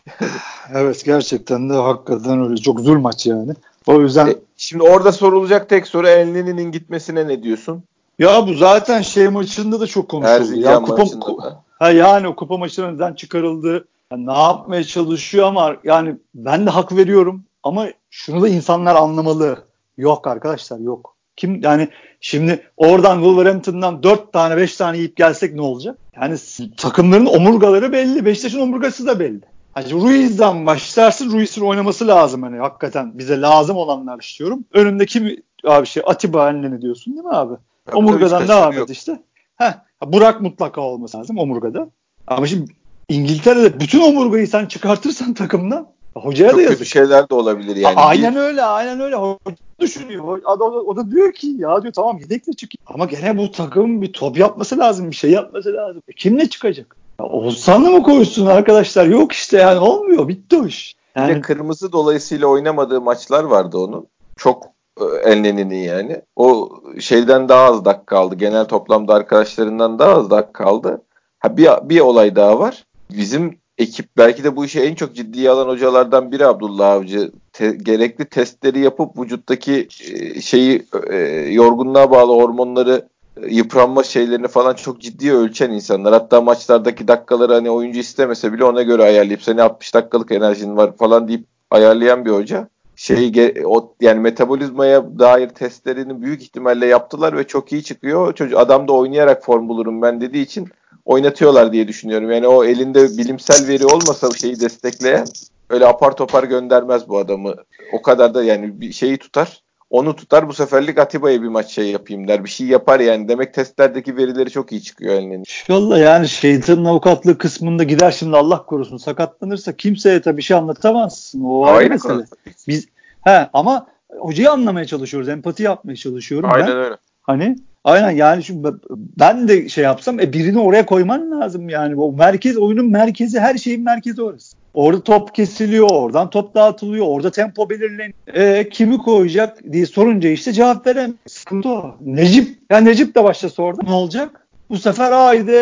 Evet gerçekten de hakikaten öyle. Çok zor maç yani. O yüzden e, şimdi orada sorulacak tek soru Elneni'nin gitmesine ne diyorsun? Ya bu zaten şey maçında da çok konuşuldu. Ya kupa ku- ha yani o kupa maçına neden çıkarıldı? Yani ne yapmaya çalışıyor ama yani ben de hak veriyorum ama şunu da insanlar anlamalı. Yok arkadaşlar yok. Kim yani şimdi oradan Wolverhampton'dan dört tane beş tane yiyip gelsek ne olacak? Yani takımların omurgaları belli. Beşiktaş'ın omurgası da belli. Hani Ruiz'den başlarsın, Ruiz'in oynaması lazım hani hakikaten bize lazım olanlar istiyorum. Önünde kim abi şey Atiba ne diyorsun değil mi abi? Tabii, omurgadan devam et işte. Heh, Burak mutlaka olması lazım omurgada. Ama şimdi İngiltere'de bütün omurgayı sen çıkartırsan takımdan hocaya çok da yazık. Çok kötü şeyler de olabilir yani. A- aynen bir... öyle aynen öyle. Hoca düşünüyor. O, o, o da diyor ki ya diyor tamam yedekle çık. Ama gene bu takımın bir top yapması lazım. Bir şey yapması lazım. E, kimle çıkacak? Oğuzhan'ı mı koysun arkadaşlar? Yok işte yani olmuyor. Bitti o iş. Yani... Bir de kırmızı dolayısıyla oynamadığı maçlar vardı onun. Çok Elneni'nin yani. O şeyden daha az dakika aldı. Genel toplamda arkadaşlarından daha az dakika aldı. Ha bir, bir olay daha var. Bizim ekip belki de bu işi en çok ciddiye alan hocalardan biri Abdullah Avcı. Te, gerekli testleri yapıp vücuttaki e, şeyi e, yorgunluğa bağlı hormonları e, yıpranma şeylerini falan çok ciddi ölçen insanlar. Hatta maçlardaki dakikaları hani oyuncu istemese bile ona göre ayarlayıp seni altmış dakikalık enerjin var falan deyip ayarlayan bir hoca. Şey o yani metabolizmaya dair testlerini büyük ihtimalle yaptılar ve çok iyi çıkıyor. Çocuk adam da oynayarak form bulurum ben dediği için oynatıyorlar diye düşünüyorum. Yani o elinde bilimsel veri olmasa şeyi destekleyen öyle apar topar göndermez bu adamı. O kadar da yani bir şeyi tutar. Onu tutar bu seferlik Atiba'ya bir maç şey yapayım der. Bir şey yapar yani. Demek testlerdeki verileri çok iyi çıkıyor eline. İnşallah yani şeytanın avukatlığı kısmında gider şimdi Allah korusun sakatlanırsa kimseye tabii bir şey anlatamazsın. O ayrı Aynen mesele. öyle. Biz he ama hocayı anlamaya çalışıyoruz. Empati yapmaya çalışıyorum aynen ben. Aynen öyle. Hani aynen yani şimdi ben de şey yapsam e birini oraya koyman lazım yani. O merkez oyunun merkezi her şeyin merkezi orası. Orada top kesiliyor, oradan top dağıtılıyor, orada tempo belirleniyor. E, kimi koyacak diye sorunca işte cevap veremiyor. Sıkıntı o. Necip, ya Necip de başlasa orada ne olacak? Bu sefer haydi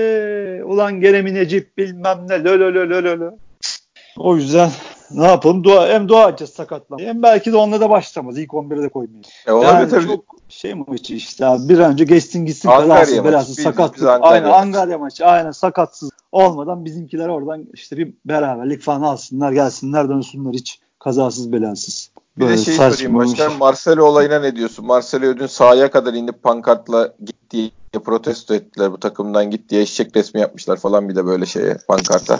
ulan gene mi Necip bilmem ne lö lö lö lö lö. O yüzden ne yapalım? Dua, hem dua edeceğiz sakatlan. Hem belki de onunla da başlamaz. İlk on bire de koymayız. E, yani tabii. Çok şey maçı işte abi. Bir an önce geçsin gitsin Angarya kazasız belasız sakatlık. Angarya Aynen maçı. Angarya maçı. Aynen sakatsız olmadan bizimkiler oradan işte bir beraberlik falan alsınlar gelsinler dönsünler hiç kazasız belasız. Bir de şeyi sorayım başkan. Marcelo olayına ne diyorsun? Marcelo dün sahaya kadar inip pankartla gitti protesto ettiler bu takımdan git diye eşek resmi yapmışlar falan bir de böyle şeye pankarta.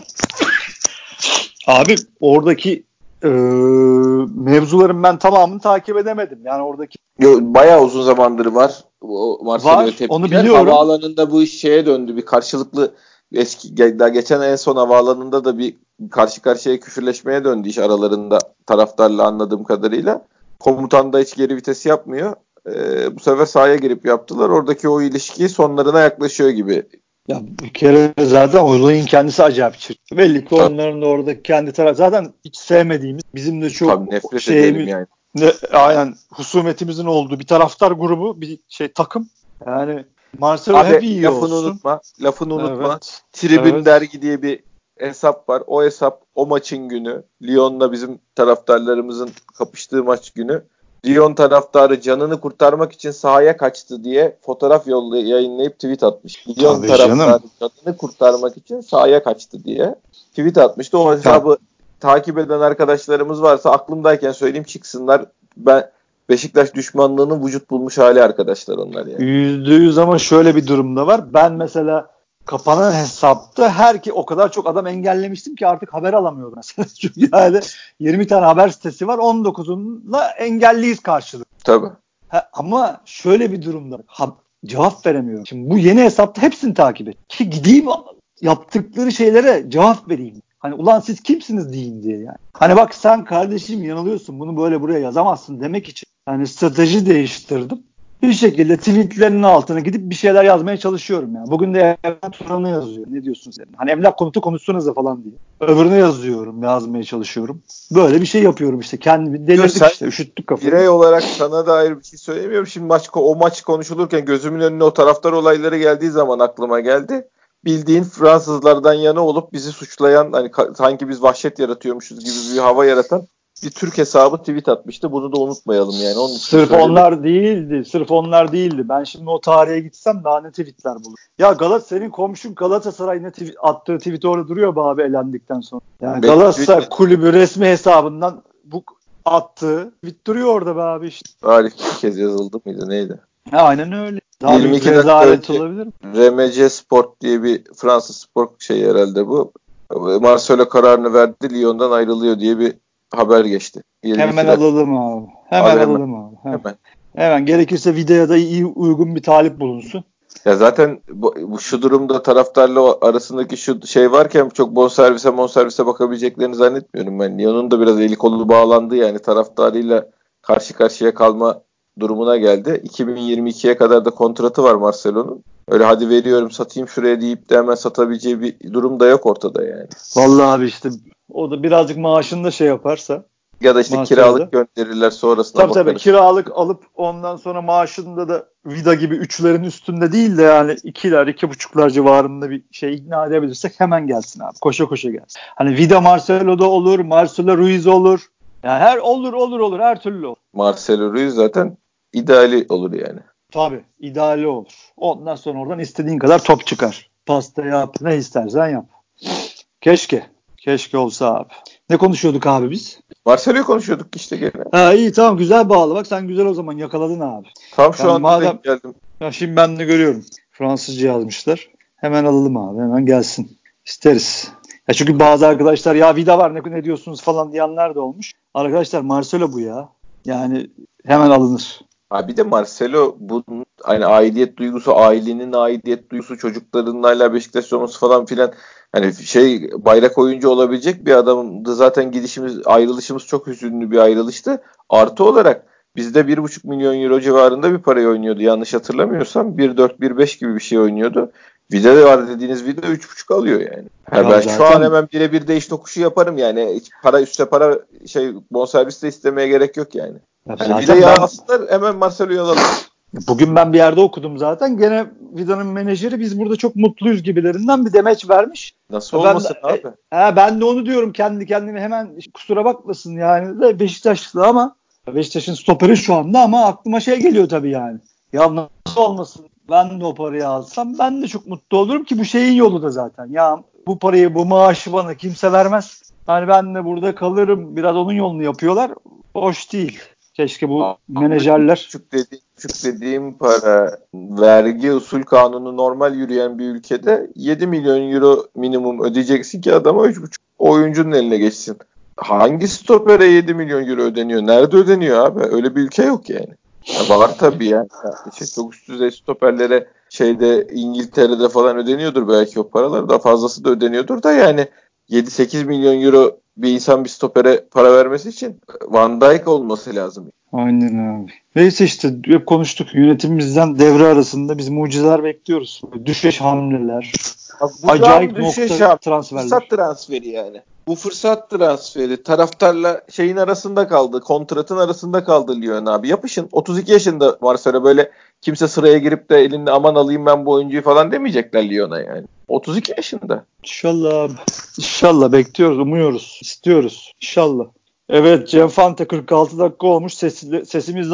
Abi oradaki e, mevzuların ben tamamını takip edemedim. Yani oradaki Yo, bayağı uzun zamandır var. O Marcelo'ya tepkiler. Onu biliyorum. Havaalanında bu iş şeye döndü. Bir karşılıklı eski daha geçen en son havaalanında da bir karşı karşıya küfürleşmeye döndü iş aralarında taraftarla anladığım kadarıyla. Komutan da hiç geri vites yapmıyor. Ee, bu sefer sahaya girip yaptılar. Oradaki o ilişki sonlarına yaklaşıyor gibi. Ya bir kere zaten olayın kendisi acayip çıktı. Belli ki onların da orada kendi tarafı zaten hiç sevmediğimiz bizim de çok Tabii nefret şey, edelim yani. Ne, aynen husumetimizin olduğu bir taraftar grubu bir şey takım. Yani Marcelo hep iyi lafını olsun. unutma. Lafını unutma. Evet. Tribün evet. dergi diye bir hesap var. O hesap o maçın günü. Lyon'la bizim taraftarlarımızın kapıştığı maç günü. Lyon taraftarı canını kurtarmak için sahaya kaçtı diye fotoğraf yollayıp yayınlayıp tweet atmış. Lyon Tabii taraftarı canım. canını kurtarmak için sahaya kaçtı diye tweet atmıştı. O hesabı ha. takip eden arkadaşlarımız varsa aklımdayken söyleyeyim çıksınlar. Ben Beşiktaş düşmanlığının vücut bulmuş hali arkadaşlar onlar yani. Yüzde yüz ama şöyle bir durumda var. Ben mesela kapanan hesapta her ki o kadar çok adam engellemiştim ki artık haber alamıyordum mesela. Çünkü yani yirmi tane haber sitesi var, on dokuzunla engelliyiz karşılık. Tabii. Ha, ama şöyle bir durumda ha, cevap veremiyorum. Şimdi bu yeni hesapta hepsini takip et. Ki gideyim yaptıkları şeylere cevap vereyim. Hani ulan siz kimsiniz diyeyim diye yani. Hani bak sen kardeşim yanılıyorsun, bunu böyle buraya yazamazsın demek için. Yani strateji değiştirdim. Bir şekilde tweetlerinin altına gidip bir şeyler yazmaya çalışıyorum yani. Bugün de Emlak Turan'ı yazıyor. Ne diyorsun sen? Hani emlak konutu konuşsanıza falan diye. Öbürünü yazıyorum, yazmaya çalışıyorum. Böyle bir şey yapıyorum işte. Kendimi delirdik işte, üşüttük kafayı. Birey olarak sana dair bir şey söylemiyorum. Şimdi maç o maç konuşulurken gözümün önüne o taraftar olayları geldiği zaman aklıma geldi. Bildiğin Fransızlardan yana olup bizi suçlayan, hani sanki biz vahşet yaratıyormuşuz gibi bir hava yaratan bir Türk hesabı tweet atmıştı. Bunu da unutmayalım yani. Onun Sırf onlar değildi. Sırf onlar değildi. Ben şimdi o tarihe gitsem daha ne tweetler bulurum. Ya Galat senin komşun Galatasaray ne tweet, attığı tweet orada duruyor be abi elendikten sonra. Yani Galatasaray tweet, kulübü resmi hesabından bu attığı tweet duruyor orada be abi işte. Arif bir kez yazıldı mıydı neydi? Ha, aynen öyle. Daha yirmi iki rezalet olabilir mi? R M C Sport diye bir Fransız spor şeyi herhalde bu. Marcelo kararını verdi, Lyon'dan ayrılıyor diye bir haber geçti. Hemen alalım abi. Hemen abi, alalım hemen. abi. Hemen. hemen. Hemen gerekirse videoya da iyi uygun bir talip bulunsun. Ya zaten bu, bu şu durumda taraftarla arasındaki şu şey varken çok bonservise monservise bakabileceklerini zannetmiyorum ben. Lyon'un da biraz eli kolu bağlandı yani taraftarıyla karşı karşıya kalma durumuna geldi. iki bin yirmi ikiye kadar da kontratı var Marcelo'nun. Öyle hadi veriyorum satayım şuraya deyip de hemen satabileceği bir durum da yok ortada yani. Vallahi abi işte o da birazcık maaşını da şey yaparsa. Ya da işte Marcelo'da kiralık gönderirler sonrasında tabii bakarız. Tabii kiralık alıp ondan sonra maaşında da Vida gibi üçlerin üstünde değil de yani ikiler, iki buçuklar civarında bir şey ikna edebilirsek hemen gelsin abi. Koşa koşa gelsin. Hani Vida Marcelo'da olur, Marcelo Ruiz olur. Yani her olur olur olur her türlü olur. Marcelo Ruiz zaten ideali olur yani. Tabii ideali olur. Ondan sonra oradan istediğin kadar top çıkar. Pasta yap, ne istersen yap. Keşke. Keşke olsa abi. Ne konuşuyorduk abi biz? Marcelo'yu konuşuyorduk işte gene. Ha iyi tamam güzel bağlı. Bak sen güzel o zaman yakaladın abi. Tam şu yani anda madem, denk geldim. Ya şimdi ben de görüyorum. Fransızca yazmışlar. Hemen alalım abi. Hemen gelsin. İsteriz. Ya çünkü bazı arkadaşlar ya Vida var ne, ne diyorsunuz falan diyenler de olmuş. Arkadaşlar Marcelo bu ya. Yani hemen alınır. Ha bir de Marcelo bunun hani aidiyet duygusu, ailenin aidiyet duygusu, çocuklarının hala Beşiktaş olması falan filan hani şey bayrak oyuncu olabilecek bir adamdı. Zaten gidişimiz, ayrılışımız çok hüzünlü bir ayrılıştı. Artı olarak bizde bir buçuk milyon euro civarında bir parayı oynuyordu. Yanlış hatırlamıyorsam bir dört bir beş gibi bir şey oynuyordu. Vida da var dediğiniz Vida üç buçuk alıyor yani. Ha ben zaten... şu an hemen birebir değiş tokuşu yaparım yani. Hiç para üstte para şey bonservis de istemeye gerek yok yani. Yani Vida'yı ben... alsınlar hemen Marcelo'yu alalım. Bugün ben bir yerde okudum zaten. Gene Vida'nın menajeri biz burada çok mutluyuz gibilerinden bir demeç vermiş. Nasıl olmasın ben, abi? E, ben de onu diyorum kendi kendime hemen kusura bakmasın yani de Beşiktaşlı ama Beşiktaş'ın stoperi şu anda ama aklıma şey geliyor tabii yani. Ya nasıl olmasın ben de o parayı alsam ben de çok mutlu olurum ki bu şeyin yolu da zaten. Ya bu parayı bu maaşı bana kimse vermez. Hani ben de burada kalırım biraz onun yolunu yapıyorlar. Hoş değil. Keşke bu Aa, menajerler... Küçük dediğim, küçük dediğim para vergi usul kanunu normal yürüyen bir ülkede yedi milyon euro minimum ödeyeceksin ki adama üç buçuk oyuncunun eline geçsin. Hangi stopere yedi milyon euro ödeniyor? Nerede ödeniyor abi? Öyle bir ülke yok yani. Ya var tabii yani. İşte çok üst düzey stoperlere şeyde İngiltere'de falan ödeniyordur belki o paralar. Daha fazlası da ödeniyordur da yani yedi sekiz milyon euro bir insan bir stopere para vermesi için Van Dijk olması lazım. Aynen abi. Neyse işte hep konuştuk. Yönetimimizden devre arasında biz mucizeler bekliyoruz. Düşeş hamleler. Bak, acayip nokta transferler. Fırsat transferi yani. Bu fırsat transferi taraftarla şeyin arasında kaldı. Kontratın arasında kaldı Lyon abi. Yapışın. otuz iki yaşında Marcelo böyle kimse sıraya girip de elinde aman alayım ben bu oyuncuyu falan demeyecekler Lyon'a yani. otuz iki yaşında. İnşallah abi. İnşallah bekliyoruz, umuyoruz, istiyoruz. İnşallah. Evet Cem Fante kırk altı dakika olmuş. Sesi, sesimiz de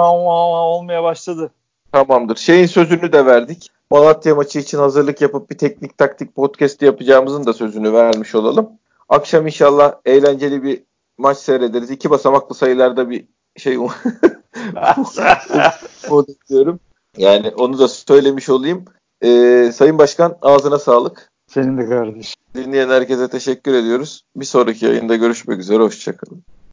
olmaya başladı. Tamamdır. Şeyin sözünü de verdik. Malatya maçı için hazırlık yapıp bir teknik taktik podcast yapacağımızın da sözünü vermiş olalım. Akşam inşallah eğlenceli bir maç seyrederiz. İki basamaklı sayılarda bir şey o diyorum. Yani onu da söylemiş olayım. Ee, Sayın Başkan ağzına sağlık. Senin de kardeşim. Dinleyen herkese teşekkür ediyoruz. Bir sonraki yayında görüşmek üzere. Hoşçakalın.